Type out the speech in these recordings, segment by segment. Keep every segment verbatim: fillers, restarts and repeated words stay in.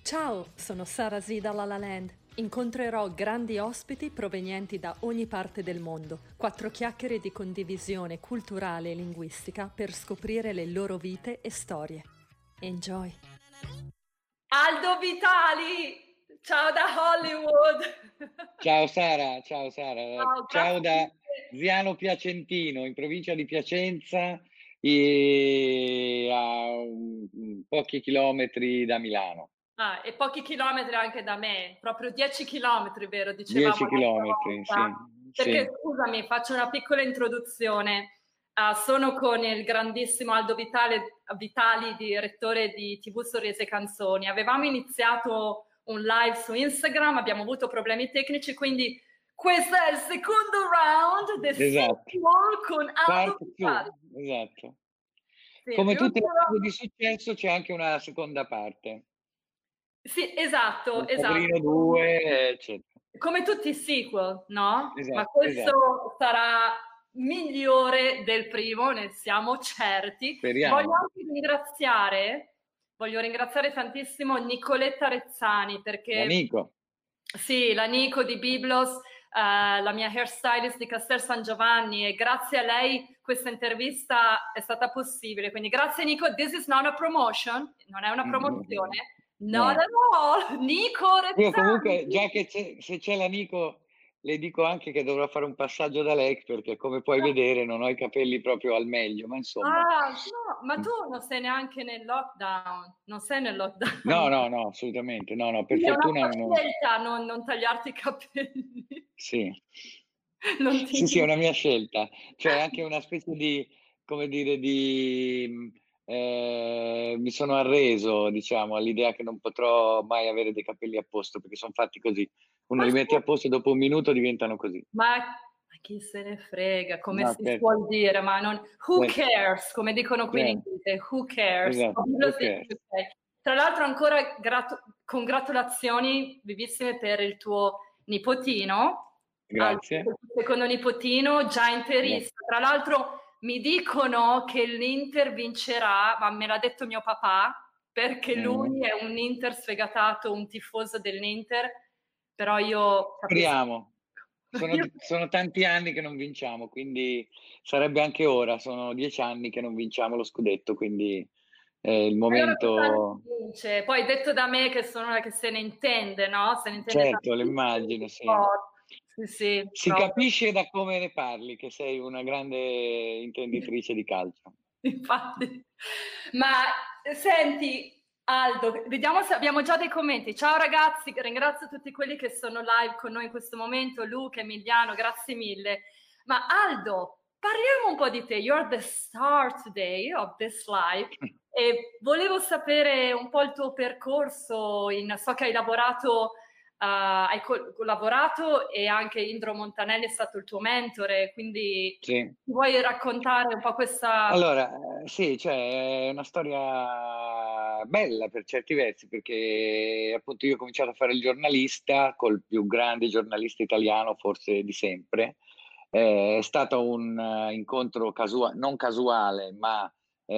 Ciao, sono Sara Z da La La Land. Incontrerò grandi ospiti provenienti da ogni parte del mondo. Quattro chiacchiere di condivisione culturale e linguistica per scoprire le loro vite e storie. Enjoy! Aldo Vitali! Ciao da Hollywood! Ciao Sara, ciao Sara, Ciao, ciao grazie da mille. Ziano Piacentino, in provincia di Piacenza, e a un- un- pochi chilometri da Milano. Ah, e pochi chilometri anche da me, proprio dieci chilometri, vero? Dicevamo dieci l'altra chilometri, volta. sì, Perché sì. scusami, faccio una piccola introduzione. Ah, sono con il grandissimo Aldo Vitale- Vitali, direttore di T V Sorrisi e Canzoni. Avevamo iniziato un live su Instagram, abbiamo avuto problemi tecnici, quindi questo è il secondo round, the Esatto. sequel con Part Aldo two, Vitali. esatto. Sì, Come tutte le cose l'ultimo... di successo c'è anche una seconda parte. Sì, esatto, Il Padrino esatto. due, eccetera. Come tutti i sequel, no? Ma Esatto, esatto. questo sarà migliore del primo, ne siamo certi. Voglio Speriamo. anche ringraziare, voglio ringraziare tantissimo Nicoletta Rezzani perché L'amico. sì, la Nico di Biblos, eh, la mia hairstylist di Castel San Giovanni, e grazie a lei questa intervista è stata possibile. Quindi grazie Nico, this is not a promotion, non è una promozione, not No. at all. Nico Io Rezzani. comunque, già che c'è, se c'è l'amico, le dico anche che dovrò fare un passaggio da lei, perché come puoi vedere non ho i capelli proprio al meglio, ma insomma. Ah, no, ma tu non sei neanche nel lockdown, non sei nel No, lockdown. no, no, assolutamente, no, no, per Quindi è una fortuna tua non. scelta non, non tagliarti i capelli. Sì. Non ti... Sì, sì, è una mia scelta. Cioè anche una specie di, come dire, di mhmm, ehm, mi sono arreso, diciamo, all'idea che non potrò mai avere dei capelli a posto, perché son fatti così. Uno Ma li metti sì. a posto e dopo un minuto diventano così. Ma ma chi se ne frega, come No, si certo, suol dire, ma non who certo, cares, come dicono qui in cer inglese, who cares? esatto, Ognuno si okay. dice okay. Tra l'altro ancora gratu congratulazioni vivissime per il tuo nipotino, al Grazie, secondo nipotino, già gra interista. Tra l'altro mi dicono che l'Inter vincerà, ma me l'ha detto mio papà, perché mh. lui è un Inter sfegatato, un tifoso dell'Inter, però io capisco. Speriamo. Sono Io d sono tanti anni che non vinciamo, quindi sarebbe anche ora. Sono dieci anni che non vinciamo lo scudetto, quindi è il allora quest'anno momento. si vince. Poi detto da me che sono una che se ne intende, no, se ne intende Certo, lo tantissimo di immagino, sì. sport. Sì, sì, Si proprio. capisce da come ne parli che sei una grande intenditrice di calcio. Infatti. Ma senti Aldo, vediamo se abbiamo già dei commenti. Ciao ragazzi, ringrazio tutti quelli che sono live con noi in questo momento, Luca, Emiliano, grazie mille. Ma Aldo, parliamo un po' di te. You're the star today of this live. E volevo sapere un po' il tuo percorso. In, so che hai lavorato, uh, hai collaborato e anche Indro Montanelli è stato il tuo mentore, quindi Sì. vuoi raccontare un po' questa... Allora, ehm, sì, cioè è una storia bella per certi versi, perché appunto io ho cominciato a fare il giornalista col più grande giornalista italiano forse di sempre. Ehm, è stato un eh, incontro casua non casuale, ma,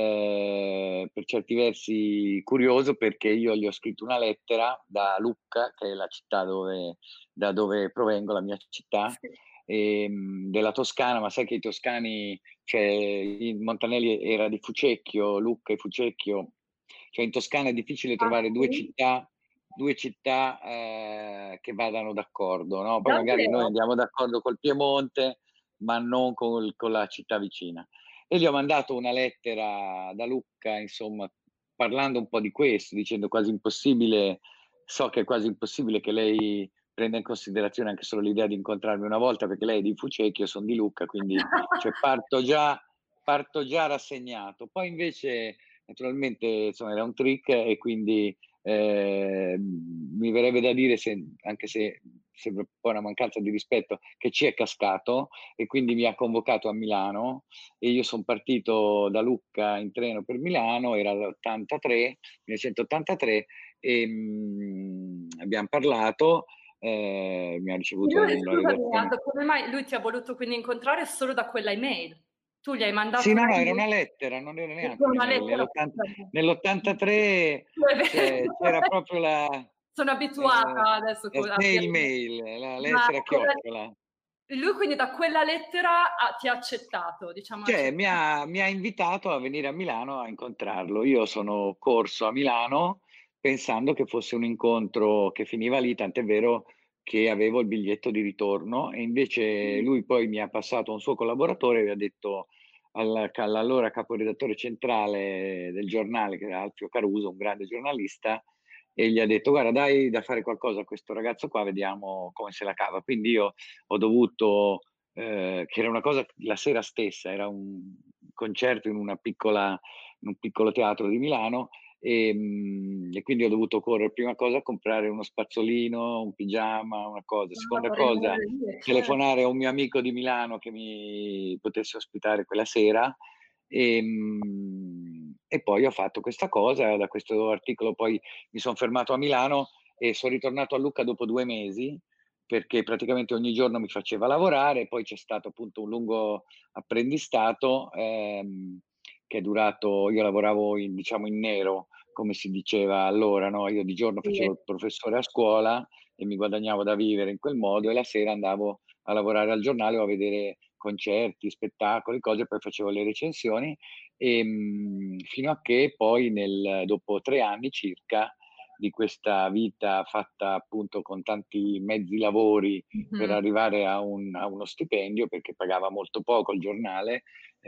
ehm, per certi versi curioso, perché io gli ho scritto una lettera da Lucca, che è la città dove da dove provengo, la mia città, Sì. ehm, della Toscana, ma sai che i toscani, cioè il Montanelli era di Fucecchio, Lucca e Fucecchio, cioè in Toscana è difficile Ah, trovare due sì? città due città, ehm, che vadano d'accordo, no, poi magari noi Davvero? andiamo d'accordo col Piemonte, ma non col con la città vicina. E gli ho mandato una lettera da Lucca, insomma, parlando un po' di questo, dicendo: "Quasi impossibile, so che è quasi impossibile che lei prenda in considerazione anche solo l'idea di incontrarmi una volta, perché lei è di Fucecchio, io son di Lucca, quindi cioè parto già parto già rassegnato". Poi invece naturalmente, insomma, era un trick, e quindi, ehm, mi verrebbe da dire, se anche se sembra un po' una mancanza di rispetto, che ci è cascato, e quindi mi ha convocato a Milano, e io son partito da Lucca in treno per Milano, era l'ottantatré, millenovecentottantatré, ehm, abbiam parlato, ehm, mi ha E ricevuto lui, nella scusami redazione. Aldo, come mai lui ti ha voluto quindi incontrare solo da quella email? Tu gli hai Sì, mandato no, una no, era email? una lettera, non era neanche Una un'email. lettera, Nell'ottanta scusami. nell'ottantatré È c'è c'era vero. proprio la Sono ehm, abituata adesso la co a snail mail, la ma lettera quella chiocciola. lui quindi da quella lettera ha ti ha accettato, diciamo ha Cioè mi accetta ha mi ha invitato a venire a Milano a incontrarlo. Io sono corso a Milano pensando che fosse un incontro che finiva lì, tant'è vero che avevo il biglietto di ritorno e invece mh, lui poi mi ha passato un suo collaboratore e mi ha detto al ca all'allora caporedattore centrale del giornale, che era Alfio Caruso, un grande giornalista, e gli ha detto: "Guarda, dai da fare qualcosa a questo ragazzo qua, vediamo come se la cava". Quindi io ho dovuto ehm, che era una cosa la sera stessa, era un concerto in una piccola in un piccolo teatro di Milano, ehm, e quindi ho dovuto correre prima cosa a comprare uno spazzolino, un pigiama, una cosa. ah, Seconda per cosa, rimanere lì, eh certo. telefonare a un mio amico di Milano che mi potesse ospitare quella sera, ehm, e poi ho fatto questa cosa. Da questo articolo poi mi son fermato a Milano e son ritornato a Lucca dopo due mesi, perché praticamente ogni giorno mi faceva lavorare, poi c'è stato appunto un lungo apprendistato, ehm, che è durato io lavoravo in diciamo in nero, come si diceva allora, no, io di giorno Sì. facevo il professore a scuola e mi guadagnavo da vivere in quel modo e la sera andavo a lavorare al giornale o a vedere concerti, spettacoli, cose, poi facevo le recensioni, ehm, fino a che poi nel dopo tre anni circa di questa vita fatta appunto con tanti mezzi lavori per Mh-mh. arrivare a un a uno stipendio, perché pagava molto poco il giornale,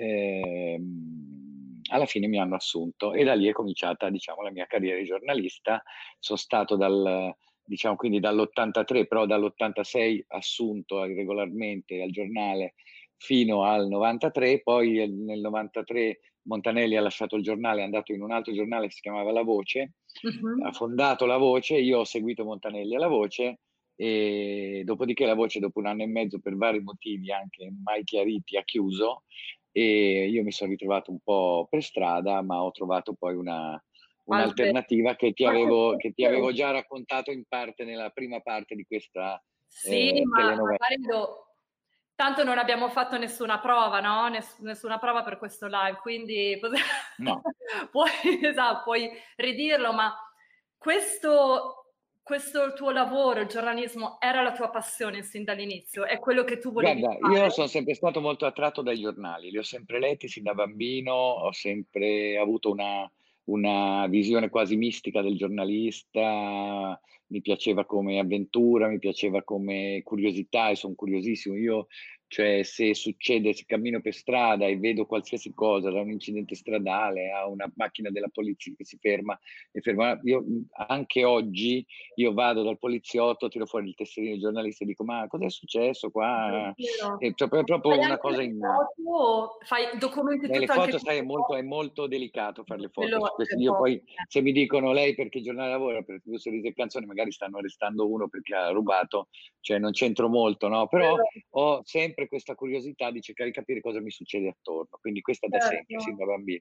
ehm, alla fine mi hanno assunto e da lì è cominciata, diciamo, la mia carriera di giornalista. Son stato dal diciamo quindi dall'ottantatré, però dall'ottantasei assunto a regolarmente al giornale fino al novantatré, poi el nel novantatré Montanelli ha lasciato il giornale, è andato in un altro giornale che si chiamava La Voce, ha Mh-mh. fondato La Voce, io ho seguito Montanelli alla Voce e dopodiché La Voce dopo un anno e mezzo per vari motivi anche mai chiariti ha chiuso e io mi son ritrovato un po' per strada, ma ho trovato poi una Altre un'alternativa che ti ma che avevo che ti avevo forse già raccontato in parte nella prima parte di questa, sì, ehm, ma telenove magari lo tanto non abbiamo fatto nessuna prova, no, ness nessuna prova per questo live, quindi cosa no. puoi esa puoi ridirlo, ma questo questo tuo lavoro, il giornalismo, era la tua passione sin dall'inizio? È quello che tu volevi Guarda, io fare? son sempre stato molto attratto dai giornali, li ho sempre letti sin da bambino, ho sempre avuto una una visione quasi mistica del giornalista, mi piaceva come avventura, mi piaceva come curiosità e son curiosissimo. Io cioè se succede se cammino per strada e vedo qualsiasi cosa, da un incidente stradale a una macchina della polizia che si ferma e ferma io, mhmm, anche oggi io vado dal poliziotto, tiro fuori il tesserino di giornalista e dico: "Ma cos'è successo qua?" Davvero? E proprio è proprio Fai una anche cosa le innata. foto o fai documenti Beh, le tutto anche foto con sai è le molto è foto? molto delicato far le foto Quello su questi c'è io poco poi se mi dicono: "Lei perché giornale lavora?" "Per Flusso Sorrisi e Canzoni", magari stanno arrestando uno perché ha rubato, cioè non c'entro molto, no, però Quello ho sempre questa curiosità di cercare di capire cosa mi succede attorno, quindi questa da sempre, sin certo. da bambino.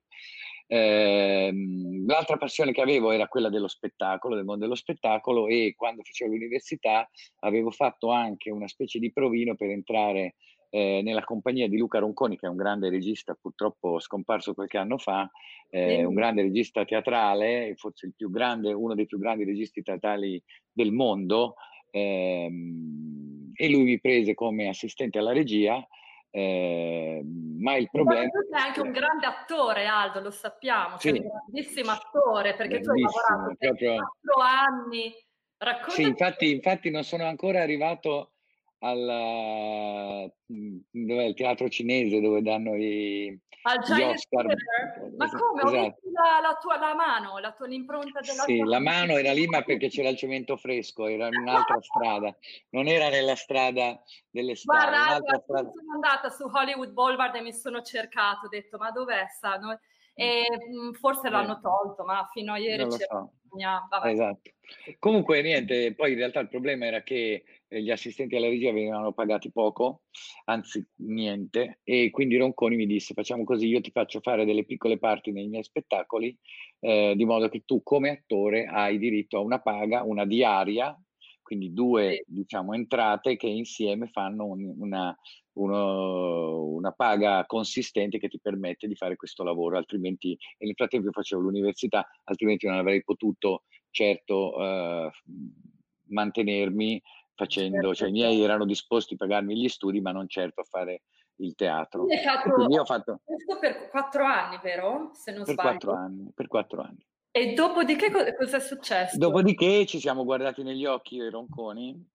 Ehm, l'altra passione che avevo era quella dello spettacolo, del mondo dello spettacolo e quando facevo l'università avevo fatto anche una specie di provino per entrare ehm, nella compagnia di Luca Ronconi, che è un grande regista purtroppo scomparso qualche anno fa, ehm, un Sì. grande regista teatrale, forse il più grande uno dei più grandi registi teatrali del mondo, ehm, e lui mi prese come assistente alla regia, ehm, ma il E poi problema tu è sei anche un che grande attore Aldo, lo sappiamo, sei un sì, grandissimo attore, perché tu hai lavorato grandissimo, per proprio quattro anni. sì, Raccontami infatti infatti non sono ancora arrivato al mhmm, dov'è il teatro cinese dove danno i al gli Chinese Oscar. Theatre? Ma Esa come? Ho esatto. visto la la tua la mano, la tua l'impronta della Sì, tua la mano. mano era lì, ma perché c'era il cemento fresco, era in un'altra strada, non era nella strada delle Guarda star, Aldo, un'altra anch'io strada. sono andata su Hollywood Boulevard e mi sono cercato, ho detto: "Ma dov'è sta?" No, Mh. e, mhmm, forse Eh. l'hanno tolto, ma fino a ieri Non lo c'era so. bisogna vabbè. Esatto. Comunque niente, poi in realtà il problema era che, ehm, gli assistenti alla regia venivano pagati poco, anzi niente, e quindi Ronconi mi disse: "Facciamo così, io ti faccio fare delle piccole parti nei miei spettacoli, ehm, di modo che tu come attore hai diritto a una paga, una diaria, quindi Sì, due diciamo entrate che insieme fanno un una uno una paga consistente che ti permette di fare questo lavoro, altrimenti e nel frattempo io facevo l'università, altrimenti non avrei potuto certo, uhm, f mhmm, mantenermi facendo Certo, cioè i miei certo. erano disposti a pagarmi gli studi, ma non certo a fare il teatro. Quindi hai E fatto quindi io ho fatto questo per quattro anni, vero? Se non per quattro sbaglio. anni, per quattro anni. E dopodiché co cos'è successo? Dopodiché ci siamo guardati negli occhi io e Ronconi,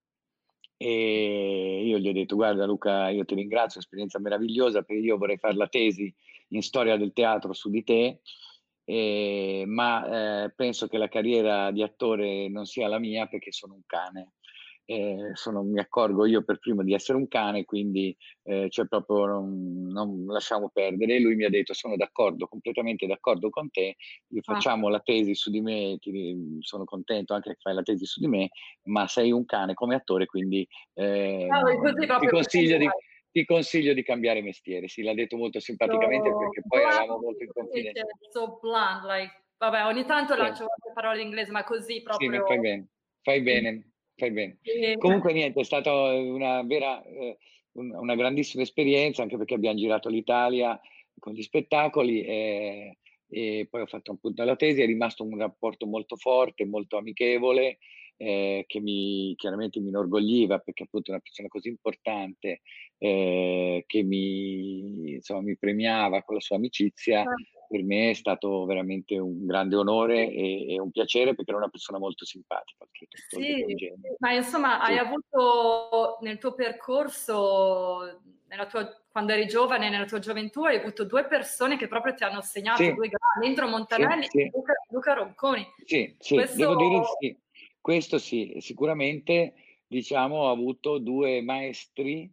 e io gli ho detto: "Guarda Luca, io ti ringrazio, esperienza meravigliosa, perché io vorrei far la tesi in storia del teatro su di te, ehm, ma, ehm, penso che la carriera di attore non sia la mia perché sono un cane. Ehm, sono mi accorgo io per primo di essere un cane, quindi, ehm, cioè proprio non non lasciamo perdere." E lui mi ha detto: "Sono d'accordo, completamente d'accordo con te, io Ah, facciamo la tesi su di me, ti sono contento anche che fai la tesi su di me, ma sei un cane come attore, quindi, cavoli, così ehm, ti proprio consiglio di ti consiglio di cambiare mestiere." Sì, l'ha detto molto simpaticamente So perché poi blunt, eravamo molto in come si confiden dice? So blunt, like vabbè, ogni tanto sì. lancio qualche parola in inglese, ma così Sì, ma proprio fai bene, fai mh. bene, fai bene. Sì. Comunque niente, è stata una vera ehm, un una grandissima esperienza, anche perché abbiam girato l'Italia con gli spettacoli, ehm, e poi ho fatto appunto la tesi, è rimasto un rapporto molto forte, molto amichevole, ehm, che mi chiaramente mi inorgogliva, perché appunto una persona così importante, ehm, che mi insomma mi premiava con la sua amicizia, per me è stato veramente un grande onore e e un piacere perché era una persona molto simpatica oltretutto, oltre Sì, che un genio. ma insomma hai Sì, avuto nel tuo percorso, nella tua quando eri giovane, nella tua gioventù, hai avuto due persone che proprio ti hanno segnato, sì, due grandi, Indro sì, Montanelli e sì, Luca Luca Ronconi. sì, sì, Questo devo dire di sì. Questo sì, sicuramente diciamo ho avuto due maestri,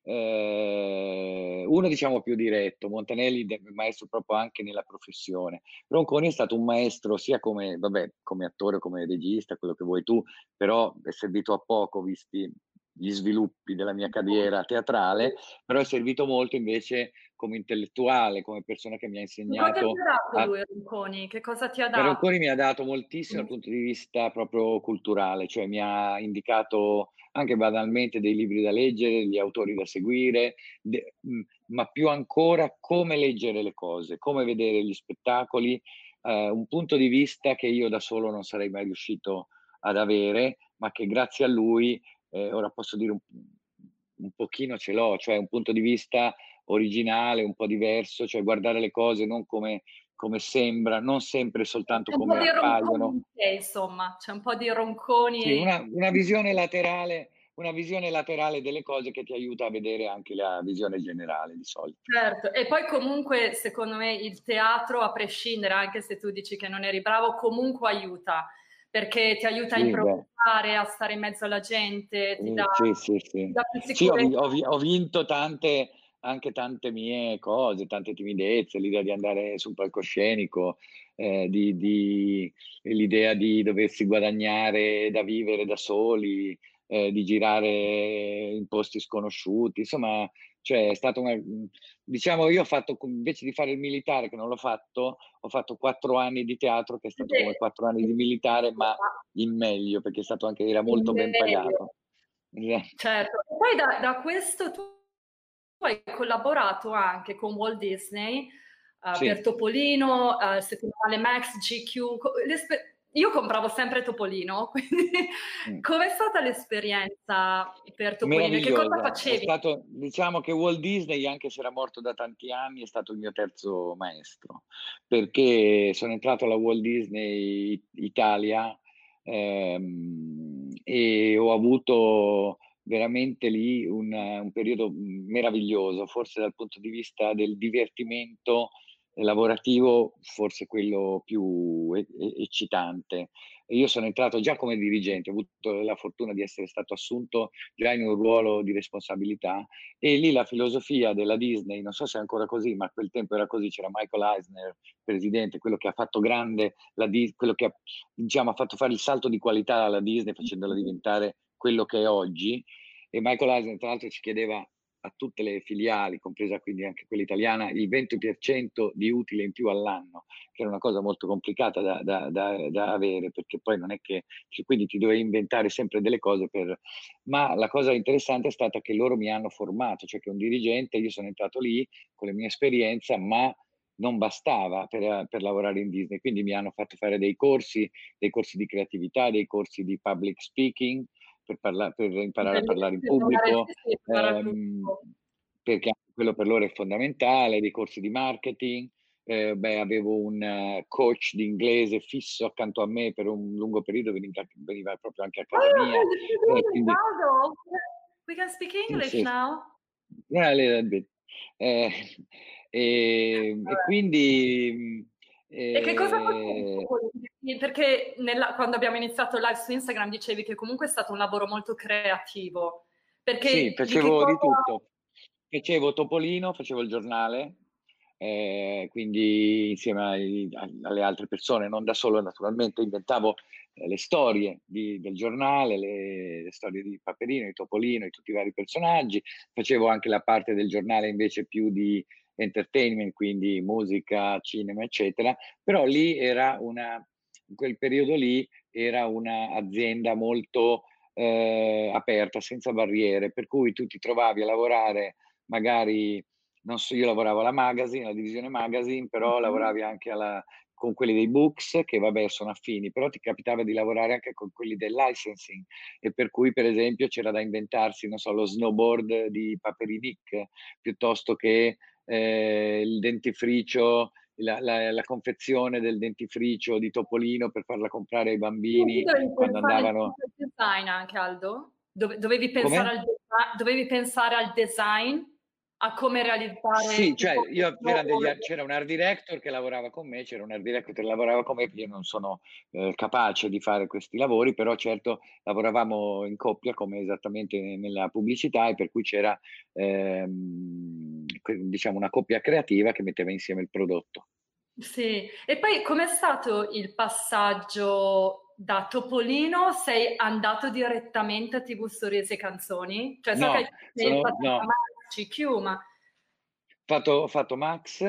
ehm, uno diciamo più diretto, Montanelli de maestro proprio anche nella professione. Ronconi è stato un maestro sia come vabbè, come attore, come regista, quello che vuoi tu, però è servito a poco visti gli sviluppi della mia carriera teatrale, però è servito molto invece come intellettuale, come persona che mi ha che cosa ti insegnato ha dato a lui Ronconi? Che cosa ti ha Beh, dato? Rocconi mi ha dato moltissimo Mh. dal punto di vista proprio culturale, cioè mi ha indicato anche banalmente dei libri da leggere, gli autori da seguire, de mhmm, ma più ancora come leggere le cose, come vedere gli spettacoli, ehm, un punto di vista che io da solo non sarei mai riuscito ad avere, ma che grazie a lui, ehm, ora posso dire un un pochino ce l'ho, cioè un punto di vista originale, un po' diverso, cioè guardare le cose non come come sembra, non sempre soltanto C'è un po' come di Ronconi appaiono. in te insomma, c'è un po' di Ronconi Sì, una una visione laterale una visione laterale delle cose che ti aiuta a vedere anche la visione generale di solito. certo, e poi comunque secondo me il teatro, a prescindere, anche se tu dici che non eri bravo, comunque aiuta, perché ti aiuta a Sì, beh, improvvisare, a stare in mezzo alla gente, ti dà sì, sì, sì, ti sì. dà più Sì, ho vi sicurezza. ho vi ho vinto tante anche tante mie cose, tante timidezze, l'idea di andare sul palcoscenico, ehm, di di l'idea di doversi guadagnare da vivere da soli, ehm, di girare in posti sconosciuti, insomma, cioè è stata una mhmm, diciamo io ho fatto co invece di fare il militare, che non l'ho fatto, ho fatto quattro anni di teatro, che è stato come quattro anni di militare, ma in meglio, perché è stato anche era In molto ben meglio. pagato. Esa Certo. E poi da da questo tu hai collaborato anche con Walt Disney, uhm, per sì, Topolino, uhm, Settimanale Max, G Q, co l'espe io compravo sempre Topolino, quindi mh. com'è stata l'esperienza per Topolino e che cosa Meravigliosa. È facevi? stato diciamo che Walt Disney, anche se era morto da tanti anni, è stato il mio terzo maestro, perché sono entrato alla Walt Disney Italia, ehm, e ho avuto veramente lì un un periodo, mhmm, meraviglioso, forse dal punto di vista del divertimento lavorativo, forse quello più e e eccitante. E io sono entrato già come dirigente, ho avuto la fortuna di essere stato assunto già in un ruolo di responsabilità e lì la filosofia della Disney, non so se è ancora così, ma a quel tempo era così, c'era Michael Eisner, presidente, quello che ha fatto grande la Dis quello che ha diciamo ha fatto fare il salto di qualità alla Disney facendola diventare quello che è oggi. E Michael Eisner tra l'altro ci chiedeva a tutte le filiali, compresa quindi anche quella italiana, il venti per cento di utile in più all'anno, che era una cosa molto complicata da da da da avere, perché poi non è che cioè quindi ti dovevi inventare sempre delle cose per ma la cosa interessante è stata che loro mi hanno formato, cioè che un dirigente io sono entrato lì con la mia esperienza, ma non bastava per per lavorare in Disney, quindi mi hanno fatto fare dei corsi, dei corsi di creatività, dei corsi di public speaking per parla per imparare a parlare in Bellissimo imparare pubblico, sì, sì, imparare al ehm, pubblico. perché anche quello per loro è fondamentale, dei corsi di marketing. Ehm, beh, avevo un coach di inglese fisso accanto a me per un lungo periodo, veniva veniva proprio anche a casa Oh, mia, you speak e English, quindi Aldo. We can speak sì, English sì. now. Yeah, a little bit. Eh, ehm, e Vabbè. quindi, mhmm, E che cosa facevi ehm tu? Perché nella quando abbiamo iniziato il live su Instagram dicevi che comunque è stato un lavoro molto creativo. Sì, Perché di che facevo di cosa tutto. Facevo Topolino, facevo il giornale, ehm, quindi insieme ai a alle altre persone, non da solo naturalmente, inventavo, ehm, le storie di del giornale, le le storie di Paperino, di Topolino, di tutti i vari personaggi. Facevo anche la parte del giornale invece più di entertainment, quindi musica, cinema, eccetera, però lì era una in quel periodo lì era una azienda molto, ehm, aperta, senza barriere, per cui tu ti trovavi a lavorare magari non so, io lavoravo alla magazine, alla divisione magazine, però mh-mh. lavoravi anche alla con quelli dei books che vabbè sono affini, però ti capitava di lavorare anche con quelli del licensing e per cui per esempio c'era da inventarsi, non so, lo snowboard di Paperinik, piuttosto che, ehm, il dentifricio, la la la confezione del dentifricio di Topolino per farla comprare ai Quindi bambini dovevi quando pensare il andavano design anche, Aldo? Dove dovevi pensare come? al desa dovevi pensare al design, a come realizzare Sì, cioè tipo io c'eran degli a c'era un art director che lavorava con me, c'era un art director che lavorava con me, io non sono, ehm, capace di fare questi lavori, però certo lavoravamo in coppia come esattamente ne nella pubblicità e per cui c'era, ehm, que diciamo una coppia creativa che metteva insieme il prodotto. Sì. E poi com'è stato il passaggio da Topolino? Sei andato direttamente a T V Sorrisi e Canzoni? Cioè so che No, hai sei sono partita no. Max, G Q, ma Fatto ho fatto Max,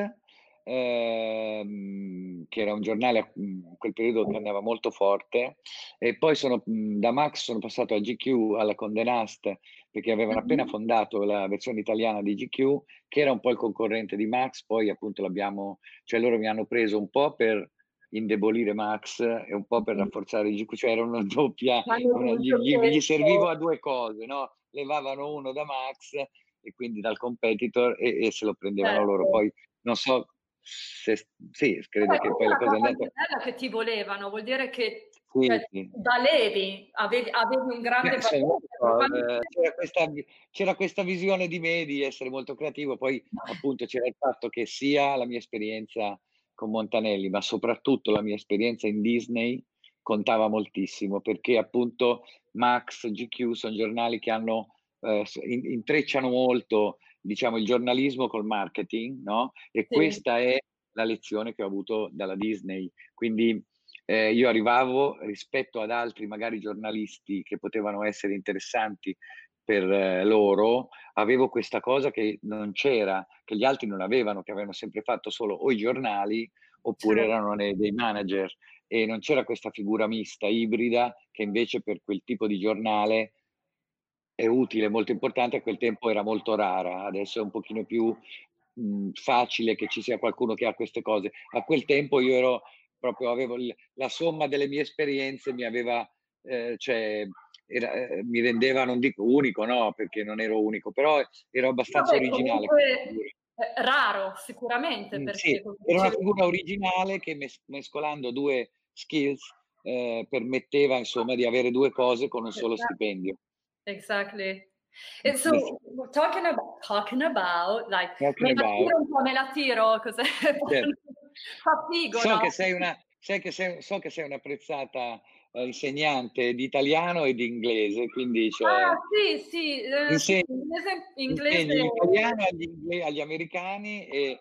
ehm, che era un giornale a mhmm, in quel periodo che andava molto forte, e poi sono mhmm, da Max sono passato a G Q, alla Condé Nast, perché avevano appena mh-mh. fondato la versione italiana di G Q, che era un po' il concorrente di Max, poi appunto l'abbiamo cioè loro mi hanno preso un po' per indebolire Max e un po' per Mh-mh. rafforzare G Q, cioè era una doppia Hanno una gli vinto gli gli servivo questo. a due cose, no, levavano uno da Max e quindi dal competitor e e se lo prendevano loro. Certo. Poi non so se s sì, credo Vabbè, che questa poi è la una cosa è cosa andata anche bella che ti volevano, vuol dire che, sì, cioè, sì. valevi, avevi avevi un grande Beh, cioè non valore, lo so, ehm, probabilmente c'era questa vi c'era questa visione di me di essere molto creativo, poi appunto c'era il fatto che sia la mia esperienza con Montanelli, ma soprattutto la mia esperienza in Disney contava moltissimo, perché appunto Max, G Q son giornali che hanno ehm, s in intrecciano molto, diciamo, il giornalismo col marketing, no, e sì. questa è la lezione che ho avuto dalla Disney. Quindi Ehm, io arrivavo rispetto ad altri magari giornalisti che potevano essere interessanti per eh, loro, avevo questa cosa che non c'era, che gli altri non avevano, che avevano sempre fatto solo o i giornali oppure Certo. erano ne dei manager e non c'era questa figura mista, ibrida, che invece per quel tipo di giornale è utile, molto importante, a quel tempo era molto rara, adesso è un pochino più, mhmm, facile che ci sia qualcuno che ha queste cose. A quel tempo io ero proprio avevo il la somma delle mie esperienze mi aveva ehm, cioè era ehm, mi rendeva non dico unico, no, perché non ero unico, però ero abbastanza Vabbè, originale comunque come figura. è raro sicuramente, Mh, sì, perché come era una dicevo figura originale che mes mescolando due skills, ehm, permetteva insomma di avere due cose con un solo stipendio. exactly. Mh, And so yes. talking about talking about like me Talking la about tiro un po', me la tiro, cos'è? cer Fa figo, so no? che sei una sai che sei so che sei un'apprezzata, ehm, insegnante di italiano e di inglese, quindi Ah cioè sì, sì, ehm, sì, inse inglese inglese insegni l'italiano agli ingle agli americani e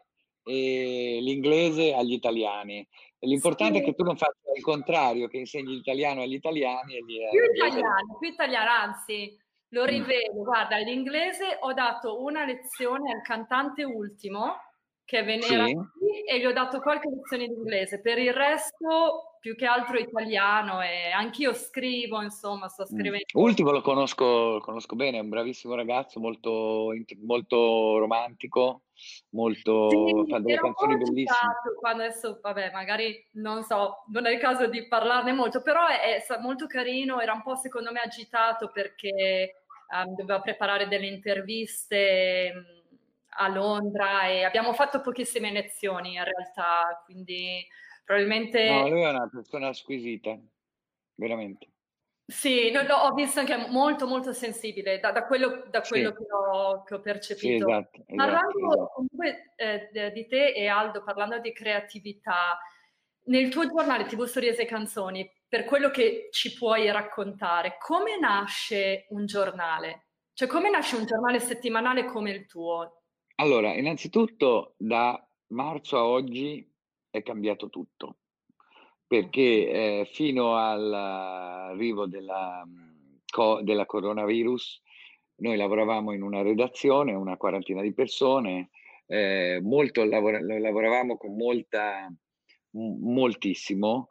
e l'inglese agli italiani. E l'importante è che sì. tu non faccia il contrario, che insegni l'italiano agli italiani e gli Più ehm, l'inglese agli italiano, più italiano, anzi, lo Mh. rivedo. Guarda, l'inglese ho dato una lezione al cantante Ultimo, che ve n'era Sì? qui, e gli ho dato qualche lezione di inglese. Per il resto, più che altro italiano, e anch'io scrivo, insomma, sto Mh. scrivendo. Ultimo lo conosco lo conosco bene, è un bravissimo ragazzo, molto int molto romantico, molto Sì, fa delle era un po' canzoni bellissime. agitato quando adesso, vabbè, magari non so, non è il caso di parlarne molto, però è, è sa- molto carino, era un po' secondo me agitato perché ehm, doveva preparare delle interviste mh, a Londra e abbiamo fatto pochissime lezioni in realtà, quindi No, probabilmente lui è una persona squisita, veramente. sì, no, no, ho visto anche molto molto sensibile da, da quello, da quello Sì, che ho, che ho sì, percepito. esatto, esatto, Parlando esatto. comunque eh, de- di te e Aldo, parlando di creatività, nel tuo giornale T V Stories e Canzoni, per quello che ci puoi raccontare, come nasce un giornale? Cioè, come nasce un giornale settimanale come il tuo? Allora, innanzitutto da marzo a oggi è cambiato tutto, perché, ehm, fino all'arrivo della mhmm, co della coronavirus, noi lavoravamo in una redazione, una quarantina di persone, ehm, molto lavora lavoravamo con molta m moltissimo,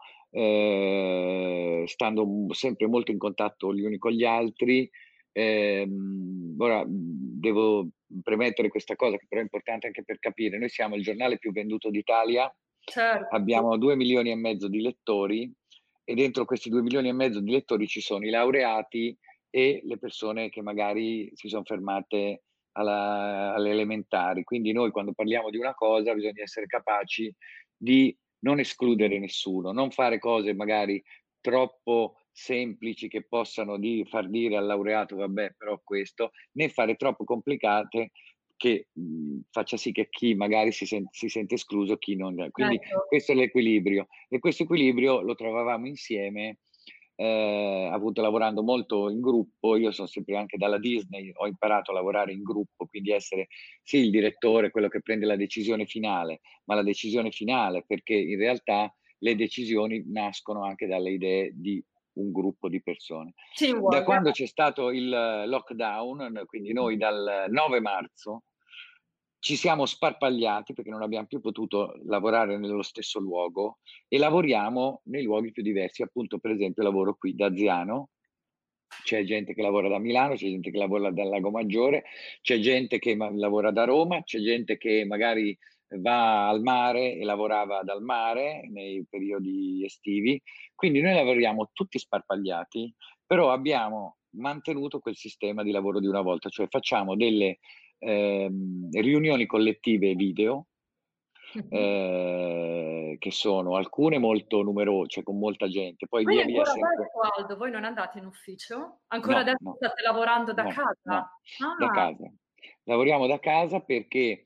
ehm, stando, mhmm, sempre molto in contatto gli uni con gli altri. Ehm, ora, mhmm, devo premettere questa cosa che però è importante anche per capire: noi siamo il giornale più venduto d'Italia, Certo, sì. abbiamo due milioni e mezzo di lettori e dentro questi due milioni e mezzo di lettori ci sono i laureati e le persone che magari si son fermate alla alle elementari. Quindi noi quando parliamo di una cosa bisogna essere capaci di non escludere nessuno, non fare cose magari troppo semplici che possano di far dire al laureato: "Vabbè, però questo", né fare troppo complicate che, mhmm, faccia sì che chi magari si sen si sente escluso, chi non quindi Ecco. questo è l'equilibrio e questo equilibrio lo trovavamo insieme, ehm, appunto lavorando molto in gruppo. Io son sempre anche dalla Disney, ho imparato a lavorare in gruppo, quindi essere sì il direttore, quello che prende la decisione finale, ma la decisione finale perché in realtà le decisioni nascono anche dalle idee di un gruppo di persone. Da Teamwork. quando c'è stato il lockdown, n quindi noi dal nove marzo, ci siamo sparpagliati perché non abbiam più potuto lavorare nello stesso luogo e lavoriamo nei luoghi più diversi. Appunto, per esempio, lavoro qui da Ziano, c'è gente che lavora da Milano, c'è gente che lavora dal Lago Maggiore, c'è gente che ma lavora da Roma, c'è gente che magari va al mare e lavorava dal mare nei periodi estivi. Quindi noi lavoriamo tutti sparpagliati, però abbiamo mantenuto quel sistema di lavoro di una volta, cioè facciamo delle, ehm, riunioni collettive video, Mhm. ehm, che sono alcune molto numero cioè con molta gente, poi Voi via via ancora si è anco adesso, Aldo, voi non andate in ufficio? Ancora no, adesso no, state lavorando da no, no, casa? da Ah, casa. Lavoriamo da casa perché,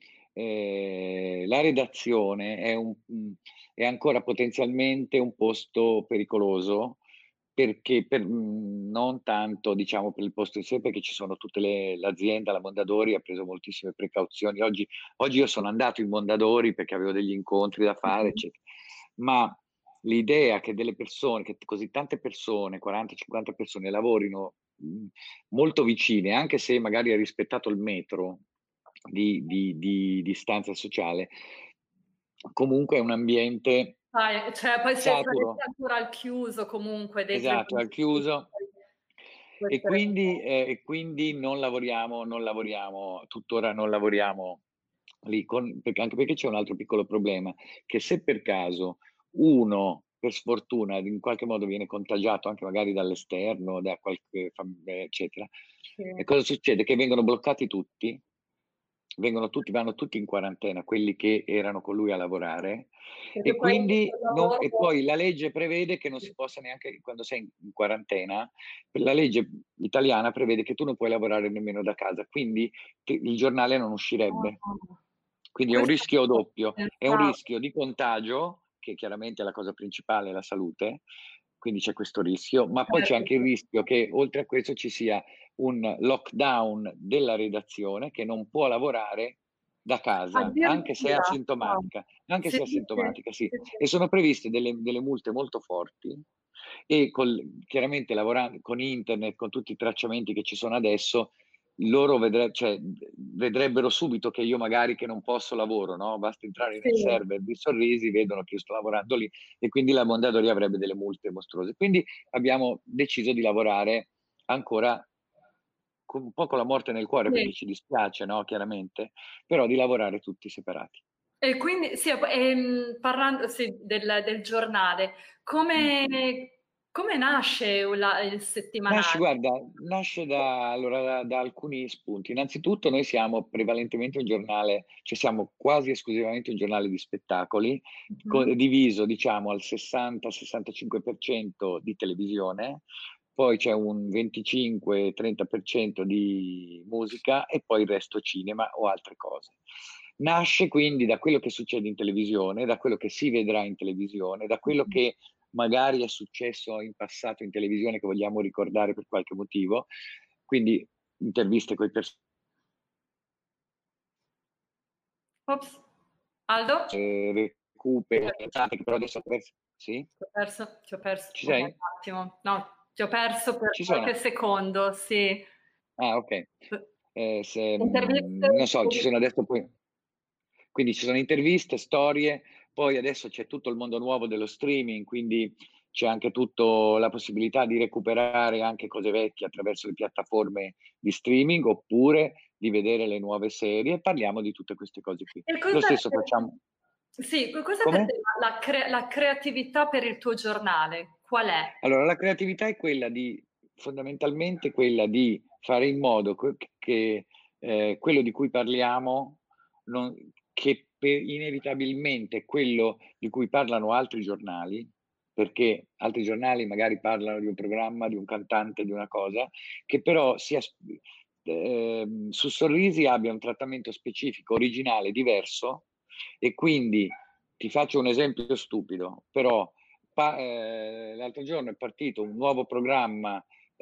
ehm, la redazione è un mhmm, è ancora potenzialmente un posto pericoloso, perché per mhmm, non tanto diciamo per il posto in sé, perché ci sono tutte le l'azienda, la Mondadori ha preso moltissime precauzioni. Oggi oggi io sono andato in Mondadori perché avevo degli incontri da fare, mh-mh. eccetera, ma l'idea che delle persone che così tante persone, quaranta, cinquanta persone lavorino, mhmm, molto vicine, anche se magari hai rispettato il metro di di di distanza sociale, comunque è un ambiente Sai, cioè poi se sareste saturo. ancora al chiuso comunque dentro i Esatto, è al confini, chiuso poi può e essere quindi ehm, e quindi non lavoriamo non lavoriamo tuttora non lavoriamo lì con perché anche perché c'è un altro piccolo problema, che se per caso uno, per sfortuna, in qualche modo viene contagiato anche magari dall'esterno, da qualche fam eccetera, sì. e cosa succede? Che vengono bloccati tutti. Vengono tutti vanno tutti in quarantena, quelli che erano con lui a lavorare Perché e poi quindi il non e lavoro poi la legge prevede che non si possa neanche quando sei in in quarantena, la legge italiana prevede che tu non puoi lavorare nemmeno da casa, quindi che il giornale non uscirebbe. ah, Quindi è un questo rischio non doppio, è un pensavo. rischio di contagio, che chiaramente la cosa principale è la salute, quindi c'è questo rischio, ma poi c'è Certo, anche il rischio che oltre a questo ci sia un lockdown della redazione che non può lavorare da casa, anche se è addirittura. Wow. asintomatica, anche Sì, se è sì, asintomatica, sì. sì, sì. E sono previste delle delle multe molto forti, E col chiaramente lavoran con internet, con tutti i tracciamenti che ci sono adesso, loro vedre cioè, vedrebbero subito che io magari che non posso lavoro, no, basta entrare Sì. nel server di Sorrisi, vedono che io sto lavorando lì e quindi la Mondadori avrebbe delle multe mostruose. Quindi abbiamo deciso di lavorare ancora con un po' con la morte nel cuore, Sì. perché ci dispiace, no, chiaramente, però di lavorare tutti separati. E quindi sì, ap ehm, parlando sì, del del giornale, Mh. come come nasce u la il Nasce settimanale? guarda, nasce da allora da da alcuni spunti. Innanzitutto noi siamo prevalentemente un giornale cioè siamo quasi esclusivamente un giornale di spettacoli, co Mh-mh. diviso diciamo al sessanta, sessantacinque per cento di televisione, poi c'è un venticinque, trenta per cento di musica e poi il resto cinema o altre cose. Nasce quindi da quello che succede in televisione, da quello che si vedrà in televisione, da quello Mh-mh. che magari è successo in passato in televisione che vogliamo ricordare per qualche motivo, quindi interviste coi pers Ops. Aldo? ehm, recupero Ecco. che però adesso ho perso sì? Ti ho perso ti ho perso Ci un sei? attimo. No, ti ho perso per Ci qualche sono. secondo, sì. Ah, okay. P Ehm, se interviste mhmm, non so, ci sono adesso poi quindi ci sono interviste, storie, poi adesso c'è tutto il mondo nuovo dello streaming, quindi c'è anche tutto la possibilità di recuperare anche cose vecchie attraverso le piattaforme di streaming, oppure di vedere le nuove serie. Parliamo di tutte queste cose qui. E Lo cos'è stesso per facciamo sì, co cos'è per come? te la la cre la creatività per il tuo giornale? Qual è? Allora, la creatività è quella di fondamentalmente quella di fare in modo co c che, ehm, quello di cui parliamo non che pe inevitabilmente quello di cui parlano altri giornali, perché altri giornali magari parlano di un programma, di un cantante, di una cosa, che però sia s ehm, su Sorrisi abbia un trattamento specifico, originale, diverso e quindi ti faccio un esempio stupido, però Pa ehm, l'altro giorno è partito un nuovo programma,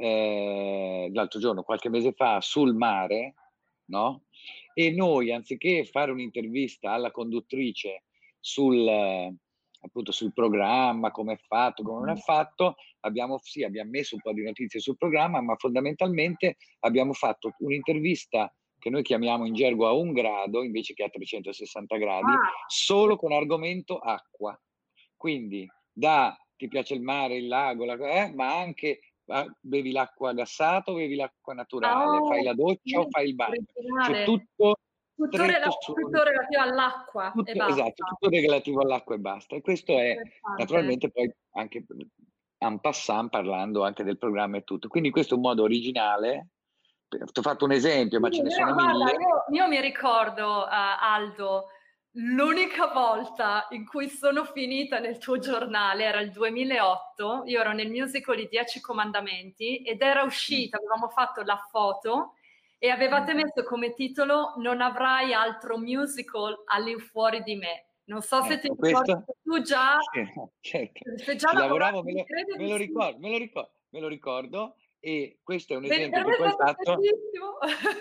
ehm, l'altro giorno, qualche mese fa, sul mare, no, e noi anziché fare un'intervista alla conduttrice sul appunto sul programma, come è fatto, come non è Mh-mh. fatto, abbiamo sì, abbiam messo un po' di notizie sul programma, ma fondamentalmente abbiamo fatto un'intervista che noi chiamiamo in gergo a un grado, invece che a trecentosessanta gradi, Ah. solo con argomento acqua. Quindi da ti piace il mare, il lago, la eh, ma anche a bevi l'acqua gassata o bevi l'acqua Ah, naturale, fai oh, la doccia o sì, fai il bagno. C'è originale. tutto Tutto rela stretto su tutto relativo all'acqua e tutto esatto, basta. tutto relativo all'acqua e basta. E questo è Interessante. naturalmente poi anche p en passant parlando anche del programma e tutto. Quindi questo è un modo originale, p t'ho fatto un esempio, Sì, ma ce ne però sono guarda, mille. io io mi ricordo, uhm, Aldo, l'unica volta in cui sono finita nel tuo giornale era il duemilaotto, io ero nel musical I dieci comandamenti ed era Mh, uscita, avevamo fatto la foto e mh. avevate messo come titolo "Non avrai altro musical all'infuori di me". Non so se ti Ecco, ricordi questo che tu già sì, certo. se già Ci lavoravo, me lavoravi, lo me credimi lo sì. ricor me lo ricor me lo ricordo e questo è un Vedi, esempio per che me è poi stato fatto bellissimo.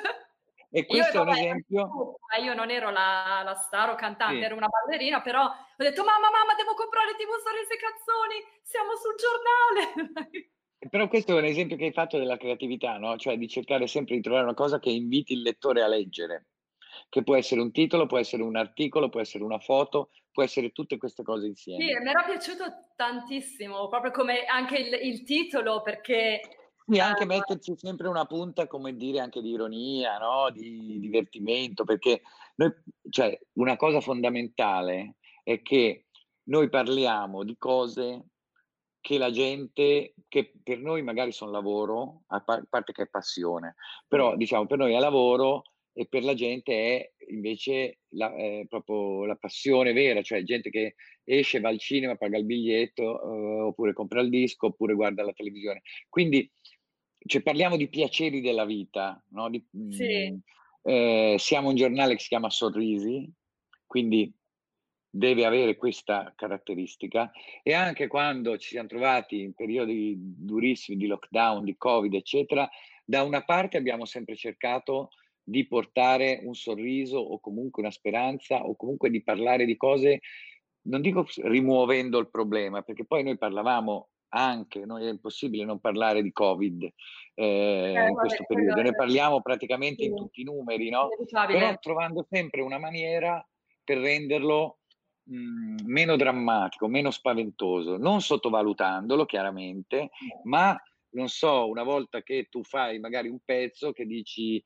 e Io e questo è un vabbè, anche esempio tu, eh, io non ero la la star o cantante, sì. ero una ballerina, però ho detto: "Mamma, mamma, devo comprare tivù Sorrisi e Canzoni, siamo sul giornale." Però questo è un esempio che hai fatto della creatività, no, cioè di cercare sempre di trovare una cosa che inviti il lettore a leggere, che può essere un titolo, può essere un articolo, può essere una foto, può essere tutte queste cose Sì, insieme. e m'era piaciuto tantissimo, proprio come anche il il titolo perché, Sì, anche ehm metterci sempre una punta, come dire, anche di ironia, no, di divertimento, perché noi cioè una cosa fondamentale è che noi parliamo di cose che la gente che per noi magari son lavoro, a par parte che è passione, però sì, diciamo per noi è lavoro e per la gente è invece la ehm, proprio la passione vera, cioè gente che esce, va al cinema, paga il biglietto, uhm, oppure compra il disco, oppure guarda la televisione. Quindi, cioè parliamo di piaceri della vita, no, di sì. mhmm, ehm, siamo un giornale che si chiama Sorrisi, quindi deve avere questa caratteristica e anche quando ci siam trovati in periodi durissimi di lockdown, di Covid, eccetera, da una parte abbiamo sempre cercato di portare un sorriso o comunque una speranza o comunque di parlare di cose, non dico s rimuovendo il problema, perché poi noi parlavamo anche, no, è impossibile non parlare di Covid, ehm, Eh, in vabbè, questo quello periodo. Ne è parliamo praticamente sì, in tutti i numeri, no, però inevitabile. trovando sempre una maniera per renderlo, mhmm, meno drammatico, meno spaventoso, non sottovalutandolo chiaramente, ma non so, una volta che tu fai magari un pezzo che dici,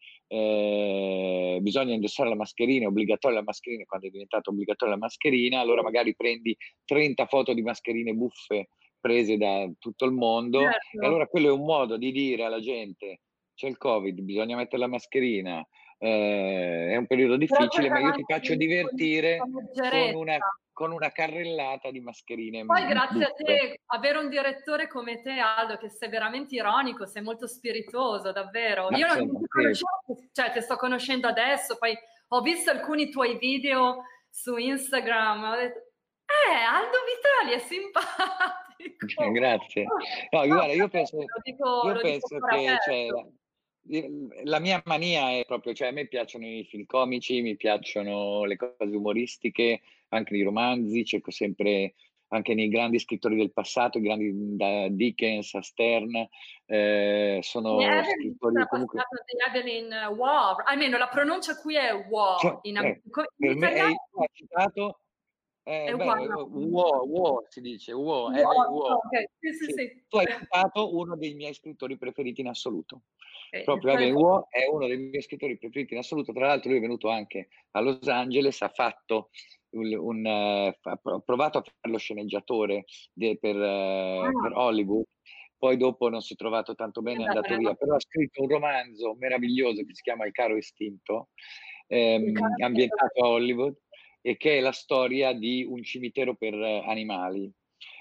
ehm: "Bisogna indossare la mascherina, è obbligatoria la mascherina", quando è diventata obbligatoria la mascherina, allora magari prendi trenta foto di mascherine buffe prese da tutto il mondo, e Certo. allora quello è un modo di dire alla gente: "C'è il Covid, bisogna mettere la mascherina, ehm, è un periodo Però difficile, ma giocano io ti anche faccio con con divertire con con una leggerezza. con una carrellata di mascherine, Poi mhmm, grazie a buffe". te, avere un direttore come te, Aldo, che sei veramente ironico, sei molto spiritoso, davvero. Ma Io non insomma, non ti sì. conoscevo, cioè ti sto conoscendo adesso, poi ho visto alcuni tuoi video su Instagram, ho detto: "Eh, Aldo Vitali è simpatico." Grazie. No, No, guarda, io veramente, penso lo dico io lo dico a penso cuore che cioè aperto. la il la mia mania è proprio, cioè a me piacciono i film comici, mi piacciono le cose umoristiche, anche i romanzi, cerco sempre anche nei grandi scrittori del passato, i grandi, mhmm, da Dickens a Stern, ehm, E sono Evelyn mi scrittori sa comunque passata di Evelyn Waugh, almeno la pronuncia qui è cioè, Waugh, in am eh, co in per me è italiano il ha citato è eh beh, uguale. Uo Uo si dice, Uo, Evelyn Waugh, Waugh. okay, sì, sì, Sì, sì. tu hai citato uno dei miei scrittori preferiti in assoluto. Okay, Proprio Evelyn Waugh è uno dei miei scrittori preferiti in assoluto. Tra l'altro lui è venuto anche a Los Angeles, ha fatto un un ha pro provato a fare lo sceneggiatore de per Ah, per Hollywood, poi dopo non si è trovato tanto è bene, è andato bello. via, però ha scritto un romanzo meraviglioso che si chiama Il caro istinto, Il ehm, carattere ambientato a Hollywood, e che è la storia di un cimitero per animali.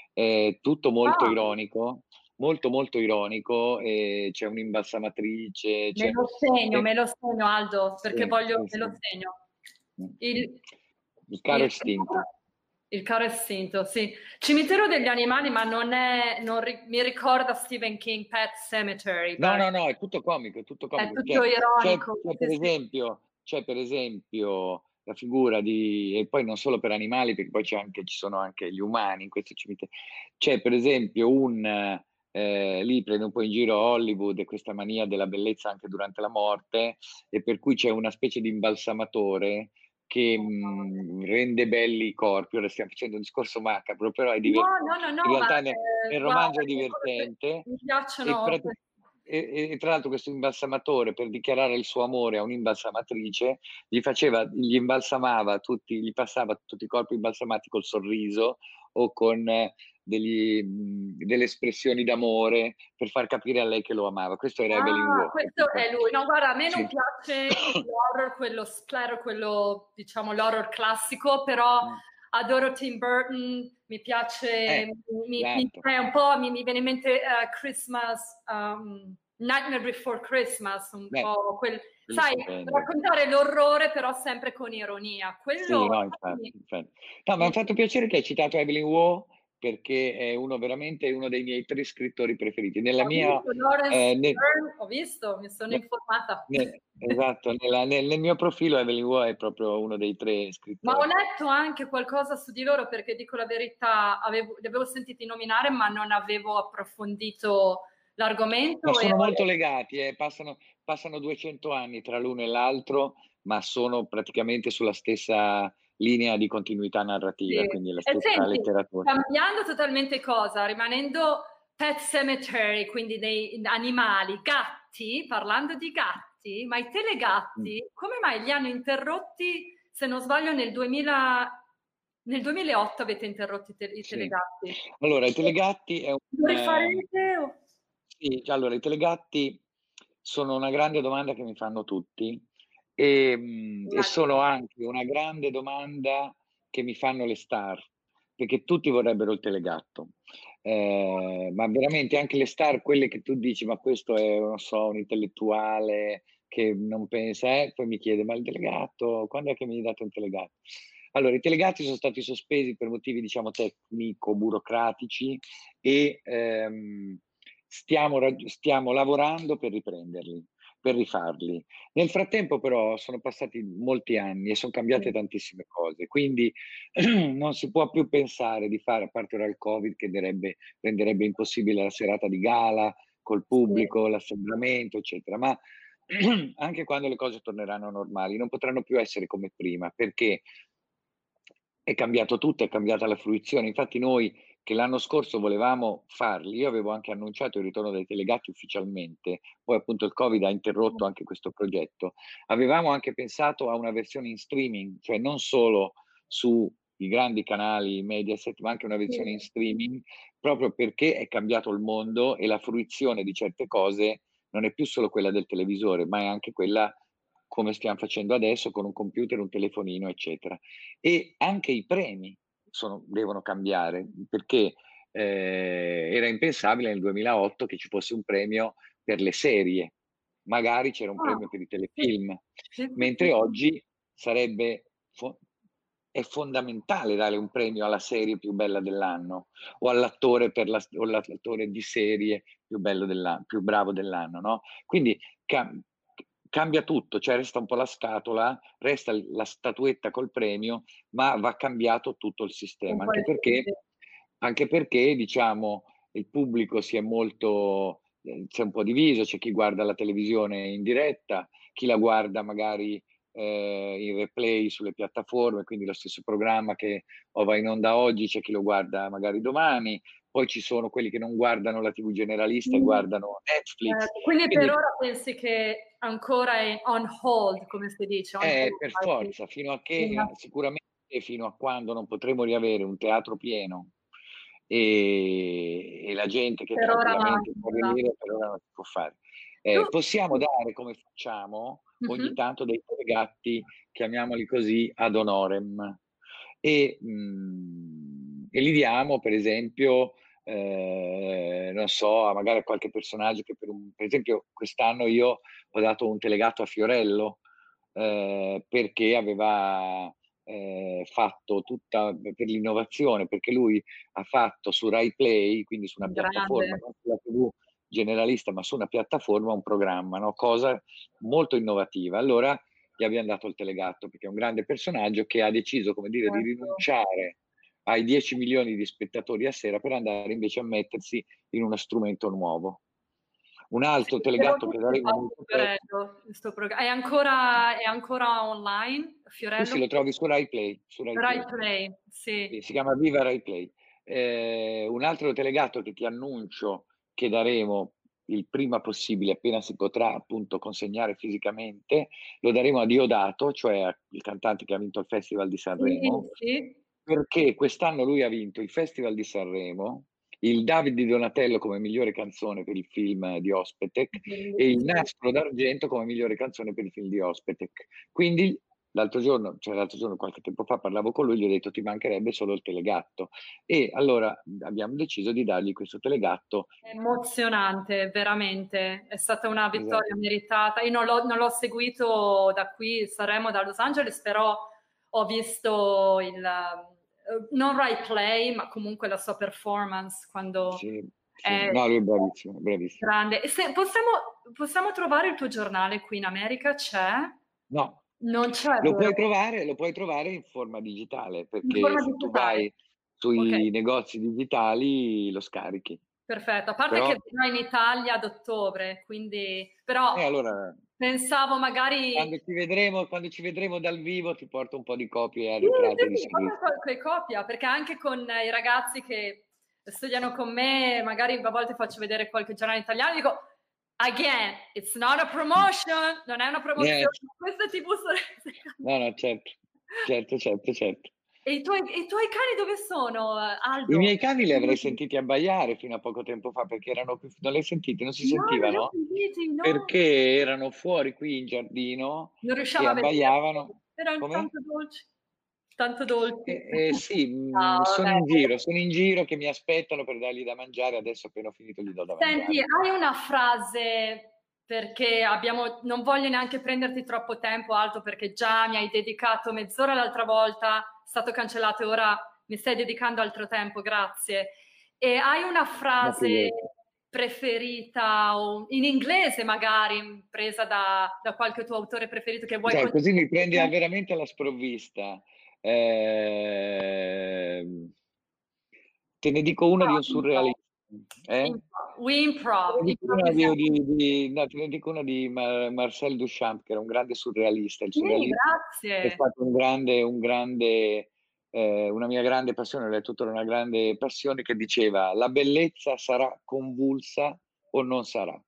È tutto molto ah, ironico, molto, molto ironico, e c'è un'imbalsamatrice, me c'è lo segno, e me lo segno Aldo, perché sì, voglio sì, me lo sì. segno. Mh. Il Il caro il istinto. il caro istinto, sì. Cimitero degli animali, ma non è non ri mi ricorda Stephen King, Pet Sematary, No, but no, no, è tutto comico, è tutto è comico. tutto C'è c'è ironico. c'è Sì, per sì. esempio c'è per esempio la figura di, e poi non solo per animali, perché poi c'è anche ci sono anche gli umani in questo cimite c'è per esempio un ehm, lì prende un po' in giro Hollywood e questa mania della bellezza anche durante la morte, e per cui c'è una specie di imbalsamatore che, mhmm, rende belli i corpi. Ora stiamo facendo un discorso macabro, però è No, diver no, no, in no, ma, realtà ne ehm, nel romanzo guarda, è dico che divertente, mi e piacciono prati que e e tra l'altro questo imbalsamatore, per dichiarare il suo amore a un'imbalsamatrice, gli faceva gli imbalsamava tutti gli passava tutti i corpi imbalsamati col sorriso o con degli mhmm, delle espressioni d'amore per far capire a lei che lo amava. Questo era Evelyn ah, Waugh, questo capito? è lui. No, guarda, a me non Sì. piace l'horror, quello splatter, quello diciamo l'horror classico, però Mh. adoro Tim Burton, mi Eh, piace, mi mi esatto. eh, un po' mi mi viene in mente, ehm, Christmas, uhm, Nightmare Before Christmas, un Beh, po' quel quello è sai, stupendo. raccontare l'orrore però sempre con ironia. Sì, Quello no, infatti, mi infatti. No, m'ha mi fatto piacere che hai citato Evelyn Waugh, perché è uno veramente uno dei miei tre scrittori preferiti. Nella Ho mia visto Lawrence ehm, ne Stern, ho visto, mi sono ne informata. ne esatto, nella nel nel mio profilo Evelyn Waugh è proprio uno dei tre Ma ho scrittori. letto anche qualcosa su di loro perché, dico la verità, avevo li avevo sentiti nominare, ma non avevo approfondito Ma l'argomento e sono ho molto letto legati, eh, passano passano duecento anni tra l'uno e l'altro, ma sono praticamente sulla stessa linea di continuità sì. narrativa, quindi è la E stessa senti, letteratura. cambiando totalmente cosa, rimanendo Pet Sematary, quindi dei animali, gatti, parlando di gatti, ma i Mh. telegatti come mai li hanno interrotti, se non sbaglio nel duemila nel duemilaotto avete interrotto i te i Sì. telegatti. Allora, i telegatti è Lo un rifarete o sì, cioè allora i telegatti sono una grande domanda che mi fanno tutti, ehm, e sono immagino. anche una grande domanda che mi fanno le star, perché tutti vorrebbero il telegatto. Ehm, ma veramente anche le star, quelle che tu dici: "Ma questo è, non so, un intellettuale che non pensa eh", poi mi chiede: "Ma il telegatto, quand'è che mi date un telegatto?" Allora, i telegatti sono stati sospesi per motivi, diciamo, tecnico-burocratici, e, ehm, stiamo rag stiamo lavorando per riprenderli. per rifarli. Nel frattempo però sono passati molti anni e son cambiate tantissime cose, quindi non si può più pensare di fare, a parte ora il Covid che derebbe renderebbe impossibile la serata di gala col Sì. pubblico, l'assembramento, eccetera, ma anche quando le cose torneranno normali non potranno più essere come prima, perché è cambiato tutto, è cambiata la fruizione. Infatti noi che l'anno scorso volevamo farli, io avevo anche annunciato il ritorno dei telegatti ufficialmente, poi appunto il Covid ha interrotto anche questo progetto. Avevamo anche pensato a una versione in streaming, cioè non solo sui grandi canali Mediaset, ma anche una versione in streaming, proprio perché è cambiato il mondo e la fruizione di certe cose non è più solo quella del televisore, ma è anche quella come stiam facendo adesso con un computer, un telefonino, eccetera. E anche i premi sono devono cambiare, perché, ehm, era impensabile nel duemilaotto che ci fosse un premio per le serie. Magari c'era un Ah, premio per i sì. telefilm, Sì, sì, sì, mentre sì. oggi sarebbe fo è fondamentale dare un premio alla serie più bella dell'anno o all'attore per la s o l'attore di serie più bello dell'an più bravo dell'anno, no, quindi cam c cambia tutto, cioè resta un po' la scatola, resta l la statuetta col premio, ma va cambiato tutto il Un sistema, po' anche il perché anche perché diciamo il pubblico si è molto ehm, si è un po' diviso, c'è chi guarda la televisione in diretta, chi la guarda magari, ehm, in replay sulle piattaforme, quindi lo stesso programma che o va in onda oggi, c'è chi lo guarda magari domani, poi ci sono quelli che non guardano la T V generalista e Mh. guardano Netflix, Certo, quindi per quindi ora pensi che ancora è on hold, come si dice, on Eh, hold per forza, fino a che a sicuramente fino a quando non potremo riavere un teatro pieno, e e la gente che Per ora tranquillamente può ancora. venire, per ora non si può fare. Tu Ehm, possiamo dare, come facciamo ogni Mh-mh. tanto, dei telegatti, chiamiamoli così, ad honorem e mhmm, e li diamo per esempio, ehm, non so, a magari a qualche personaggio che per un per esempio quest'anno io ho dato un telegatto a Fiorello, ehm, perché aveva, ehm, fatto tutta p per l'innovazione, perché lui ha fatto su Rai Play, quindi su una piattaforma, Grande. non sulla T V generalista, ma su una piattaforma, un programma, no, cosa molto innovativa. Allora gli abbiam dato il telegatto, perché è un grande personaggio che ha deciso, come dire, di Certo. rinunciare ai dieci milioni di spettatori a sera per andare invece a mettersi in uno strumento nuovo. Un Sì, altro ce l'ho telegatto che visto daremo infatti molto presto Fiorello, il suo proga è ancora è ancora online Sì, sì, Fiorello? lo trovi su Rai Play, su Rai Rai Play. Play, sì. Sì, si chiama Viva Rai Play. Ehm, un altro telegatto che ti annuncio che daremo il prima possibile, appena si potrà appunto consegnare fisicamente, lo daremo a Diodato, cioè a il cantante che ha vinto il Festival di Sì, Sanremo, sì. perché quest'anno lui ha vinto il Festival di Sanremo, il David di Donatello come migliore canzone per il film di Ospetec e il Bellissimo. Nastro d'Argento come migliore canzone per il film di Ospetec. Quindi l'altro giorno cioè l'altro giorno, qualche tempo fa parlavo con lui, gli ho detto: "Ti mancherebbe solo il telegatto." E allora, mhmm, abbiamo deciso di dargli questo telegatto. Emozionante, veramente. È stata una Esatto. vittoria meritata. Io non l'ho non l'ho seguito da qui, Sanremo, da Los Angeles, però ho visto il uhm, non Rai Play, ma comunque la sua performance quando Sì, sì. è No, lui è bravissimo, bravissimo. grande. E se possiamo possiamo trovare il tuo giornale qui in America? C'è? No. Non c'è, Lo puoi vero? trovare lo puoi trovare in forma digitale, In perché forma se tu digitale? vai Okay. sui negozi digitali lo scarichi. Perfetto, a parte Però che verrà in Italia ad ottobre, quindi però E allora pensavo magari quando ci vedremo quando ci vedremo dal vivo ti porto un po' di copie Sì, arretrate di sì, sì, fammi sinistra. qualche copia, perché anche con i ragazzi che studiano con me, magari a volte faccio vedere qualche giornale italiano, dico: "Again, it's not a promotion, non è una Eh. promozione, queste T V sono No, no, certo. Certo, certo, certo. E i tuoi e i tuoi cani dove sono, I Aldo? miei cani li avrei sentiti abbaiare fino a poco tempo fa, perché erano più f non li hai sentiti? Non si No, non li ho sentivano? sentiti, no. Perché erano fuori qui in giardino Non e riusciamo a vederli, abbaiavano. eran Come? tanto dolci, tanto dolci. Eh, ehm, sì, mhmm, No, sono vabbè. in giro, sono in giro che mi aspettano per dargli da mangiare, adesso appena ho finito gli do da Senti, mangiare. hai una frase perché abbiamo non voglio neanche prenderti troppo tempo, Aldo, perché già mi hai dedicato mezz'ora l'altra volta, è stato cancellato e ora mi stai dedicando altro tempo, grazie. E hai una Ma frase figurati. preferita, o in inglese magari, presa da, da qualche tuo autore preferito che vuoi Cioè, così mi prendi condividere? veramente alla sprovvista. Ehm, te ne dico una di un Improv, surrealista. Eh? improv. We Te improv, ne dico una di, improvvisiamo. di- di- no, te ne dico una di Mar- Marcel Duchamp, che era un grande surrealista. Il Sì, surrealismo è grazie. stato un grande, un grande, eh, una mia grande passione, è tutta una grande passione, che diceva: la bellezza sarà convulsa o non sarà.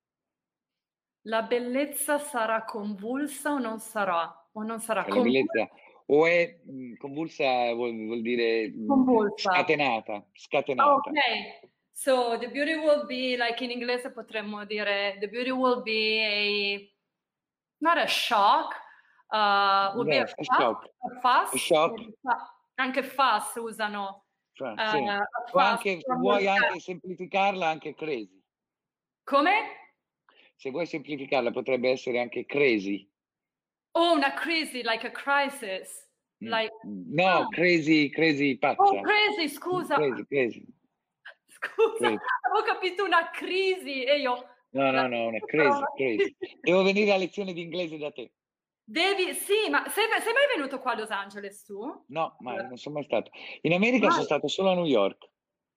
La bellezza sarà convulsa o non sarà? O non sarà Cioè la convulsa? bellezza o è mh, convulsa, vuol, vuol dire mh, Convulsa. scatenata, Ah, scatenata. ok. So the beauty will be, like in inglese potremmo dire, the beauty will be a, not a shock, uh, will be a Beh, è fuss, shock, a è fuss, shock, anche fuss usano, cioè, uh, sì. a Può fuss, anche, se vuoi molto- anche semplificarla, anche crazy. come? Se vuoi semplificarla, potrebbe essere anche crazy. Oh, una crisi, like a crisis, Mm. like, No, ah. crazy, crazy Oh, pazza. crazy, scusa. Crazy, crazy, Scusa, crazy. avevo capito una crisi e io... No, La... no, no, una crazy, crazy. Devo venire a lezione di inglese da te. Devi, sì, ma sei, sei mai venuto qua a Los Angeles tu? No, mai, non sono mai stato. In America Mai. sono stato solo a New York.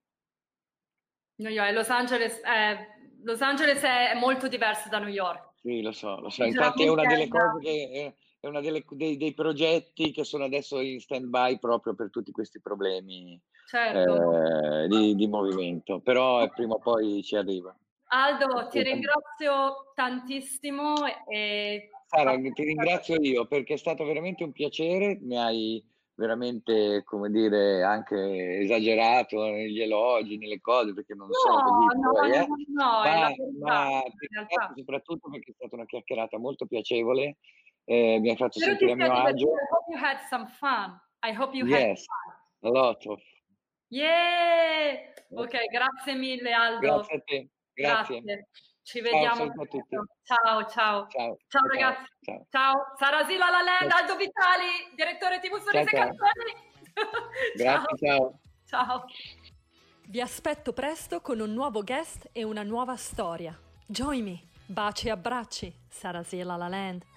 New York, Los Angeles, è, Los Angeles è molto diverso da New York. Sì, lo so, lo so. Infatti è Sinceramente una è delle cose una... che è, è una delle, dei, dei progetti che sono adesso in stand-by proprio per tutti questi problemi Certo. eh, di, di movimento, però eh, prima o poi ci arriva. Aldo, ti Assolutamente. ringrazio tantissimo e... Sara, ti ringrazio io perché è stato veramente un piacere, mi hai veramente, come dire, anche esagerato negli elogi, nelle cose, perché non No, sono così no, poi, no, eh. no, no, è Ma, la verità, ma in ti ringrazio realtà. soprattutto perché è stata una chiacchierata molto piacevole, eh, mi hai fatto Spero ti sentire a sia mio divertito. agio. I hope you had some fun. I hope you had Yes, fun. a lot of. Yeah! Ok, grazie mille Aldo. Grazie a te, grazie. Grazie. Ci Ciao, vediamo saluto a tutti. presto. Ciao, ciao. Ciao, Ciao ciao, ragazzi. ciao. Ciao. Sara Sila La Land, Ciao, Aldo Vitali, direttore T V ciao, Sorrisi e ciao. Canzoni. Ciao. Grazie, ciao. Ciao. Vi aspetto presto con un nuovo guest e una nuova storia. Join me. Baci e abbracci. Sara Sila La Land.